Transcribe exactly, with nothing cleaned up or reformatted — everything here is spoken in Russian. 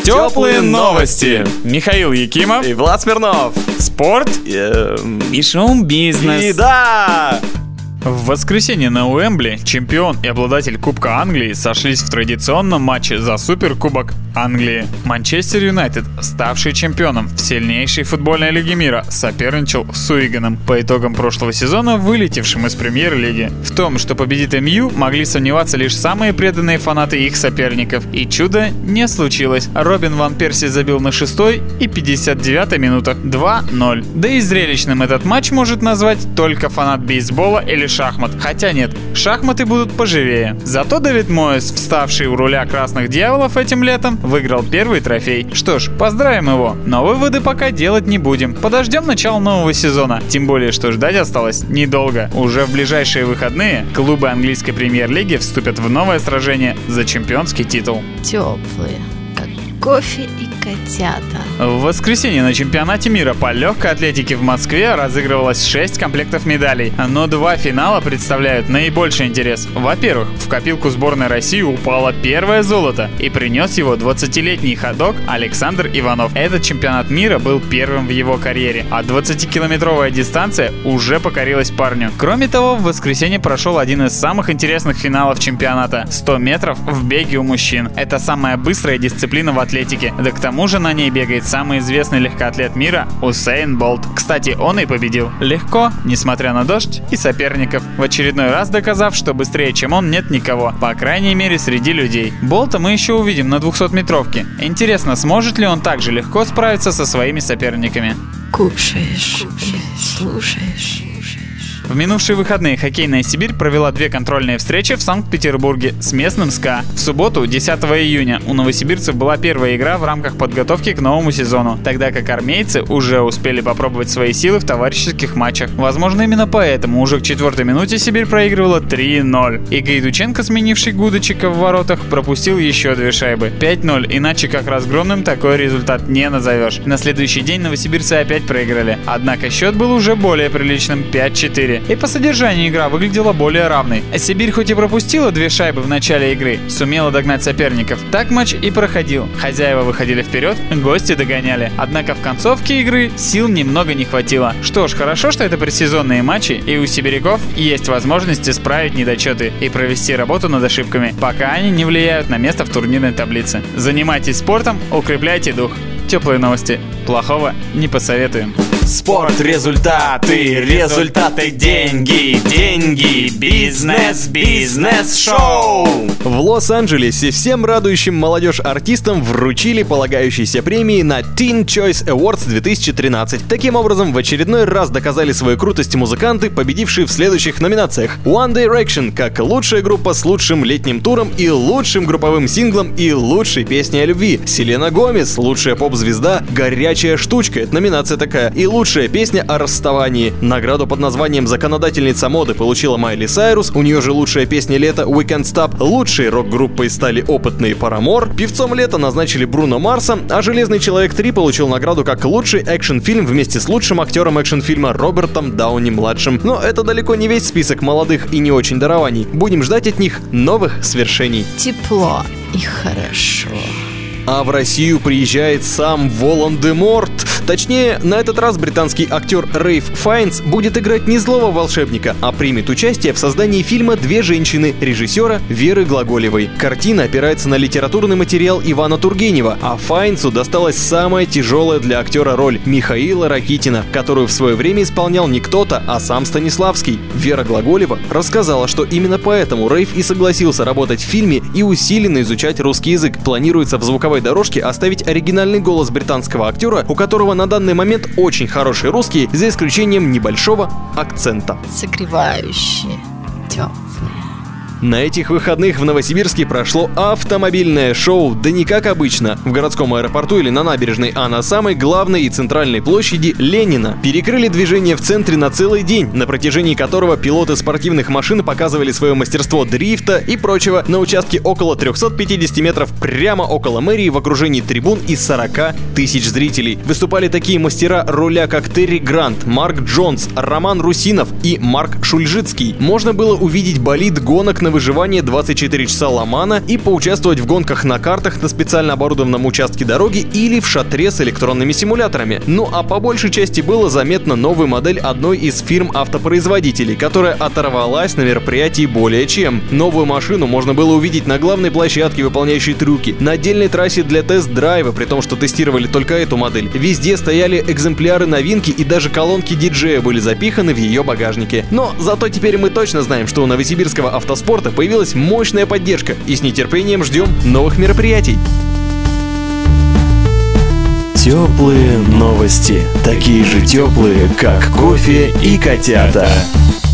Теплые новости. Михаил Якимов и Влад Смирнов. Спорт и, и шоу-бизнес. И да! В воскресенье на Уэмбли чемпион и обладатель Кубка Англии сошлись в традиционном матче за Суперкубок Англии. Манчестер Юнайтед, ставший чемпионом в сильнейшей футбольной лиге мира, соперничал с Уиганом, по итогам прошлого сезона вылетевшим из премьер-лиги. В том, что победит эм ю, могли сомневаться лишь самые преданные фанаты их соперников. И чудо не случилось. Робин ван Перси забил на шестой и пятьдесят девятой минутах два ноль. Да и зрелищным этот матч может назвать только фанат бейсбола или шахмат. Хотя нет, шахматы будут поживее. Зато Дэвид Моэс, вставший у руля Красных Дьяволов этим летом, выиграл первый трофей. Что ж, поздравим его. Но выводы пока делать не будем. Подождем начала нового сезона. Тем более, что ждать осталось недолго. Уже в ближайшие выходные клубы английской премьер-лиги вступят в новое сражение за чемпионский титул. Теплые, как кофе и котята. В воскресенье на чемпионате мира по легкой атлетике в Москве разыгрывалось шесть комплектов медалей, но два финала представляют наибольший интерес. Во-первых, в копилку сборной России упало первое золото, и принес его двадцатилетний ходок Александр Иванов. Этот чемпионат мира был первым в его карьере, а двадцатикилометровая дистанция уже покорилась парню. Кроме того, в воскресенье прошел один из самых интересных финалов чемпионата – сто метров в беге у мужчин. Это самая быстрая дисциплина в атлетике, да к тому же на ней бегает самый известный легкоатлет мира Усейн Болт. Кстати, он и победил. Легко, несмотря на дождь и соперников, в очередной раз доказав, что быстрее, чем он, нет никого. По крайней мере, среди людей. Болта мы еще увидим на двухсотметровке. Интересно, сможет ли он так же легко справиться со своими соперниками? Кушаешь, Кушаешь. слушаешь. В минувшие выходные хоккейная Сибирь провела две контрольные встречи в Санкт-Петербурге с местным СКА. В субботу, десятого июня, у новосибирцев была первая игра в рамках подготовки к новому сезону, тогда как армейцы уже успели попробовать свои силы в товарищеских матчах. Возможно, именно поэтому уже к четвертой минуте Сибирь проигрывала три ноль. И Гайдученко, сменивший Гудочика в воротах, пропустил еще две шайбы. пять ноль, иначе как разгромным такой результат не назовешь. На следующий день новосибирцы опять проиграли, однако счет был уже более приличным – пять четыре. И по содержанию игра выглядела более равной. Сибирь хоть и пропустила две шайбы в начале игры, сумела догнать соперников. Так матч и проходил. Хозяева выходили вперед, гости догоняли. Однако в концовке игры сил немного не хватило. Что ж, хорошо, что это предсезонные матчи, и у сибиряков есть возможность исправить недочеты и провести работу над ошибками, пока они не влияют на место в турнирной таблице. Занимайтесь спортом, укрепляйте дух. Теплые новости. Плохого не посоветуем. Спорт, результаты, результаты, деньги, деньги, бизнес, бизнес-шоу. В Лос-Анджелесе всем радующим молодежь артистам вручили полагающиеся премии на Teen Choice Awards две тысячи тринадцать. Таким образом, в очередной раз доказали свою крутость музыканты, победившие в следующих номинациях: One Direction как лучшая группа с лучшим летним туром и лучшим групповым синглом и лучшей песней о любви. Селена Гомес, лучшая поп-звезда, горячая штучка, это номинация такая, и лучшая песня о расставании. Награду под названием «Законодательница моды» получила Майли Сайрус, у нее же лучшая песня лета «We Can't Stop». Лучшей рок-группой стали опытные Paramore. Певцом лета назначили Бруно Марса, а «Железный человек три» получил награду как лучший экшн-фильм вместе с лучшим актером экшн-фильма Робертом Дауни-младшим. Но это далеко не весь список молодых и не очень дарований. Будем ждать от них новых свершений. Тепло и хорошо. А в Россию приезжает сам Волан-де-Морт. Точнее, на этот раз британский актер Рэйф Файнс будет играть не злого волшебника, а примет участие в создании фильма «Две женщины» режиссера Веры Глаголевой. Картина опирается на литературный материал Ивана Тургенева, а Файнсу досталась самая тяжелая для актера роль — Михаила Ракитина, которую в свое время исполнял не кто-то, а сам Станиславский. Вера Глаголева рассказала, что именно поэтому Рэйф и согласился работать в фильме и усиленно изучать русский язык. Планируется в звуковой дорожке оставить оригинальный голос британского актера, у которого на данный момент очень хороший русский, за исключением небольшого акцента. Согревающие, теплые. На этих выходных в Новосибирске прошло автомобильное шоу, да не как обычно, в городском аэропорту или на набережной, а на самой главной и центральной площади Ленина. Перекрыли движение в центре на целый день, на протяжении которого пилоты спортивных машин показывали свое мастерство дрифта и прочего на участке около трехсот пятидесяти метров прямо около мэрии в окружении трибун из сорока тысяч зрителей. Выступали такие мастера руля, как Терри Грант, Марк Джонс, Роман Русинов и Марк Шульжицкий. Можно было увидеть болид гонок на на выживание двадцать четыре часа Ломана и поучаствовать в гонках на картах на специально оборудованном участке дороги или в шатре с электронными симуляторами. Ну а по большей части было заметно новую модель одной из фирм автопроизводителей, которая оторвалась на мероприятии более чем. Новую машину можно было увидеть на главной площадке, выполняющей трюки, на отдельной трассе для тест-драйва, при том, что тестировали только эту модель. Везде стояли экземпляры новинки и даже колонки диджея были запиханы в ее багажнике. Но зато теперь мы точно знаем, что у новосибирского автоспорта появилась мощная поддержка, и с нетерпением ждем новых мероприятий. Теплые новости. Такие же теплые, как кофе и котята.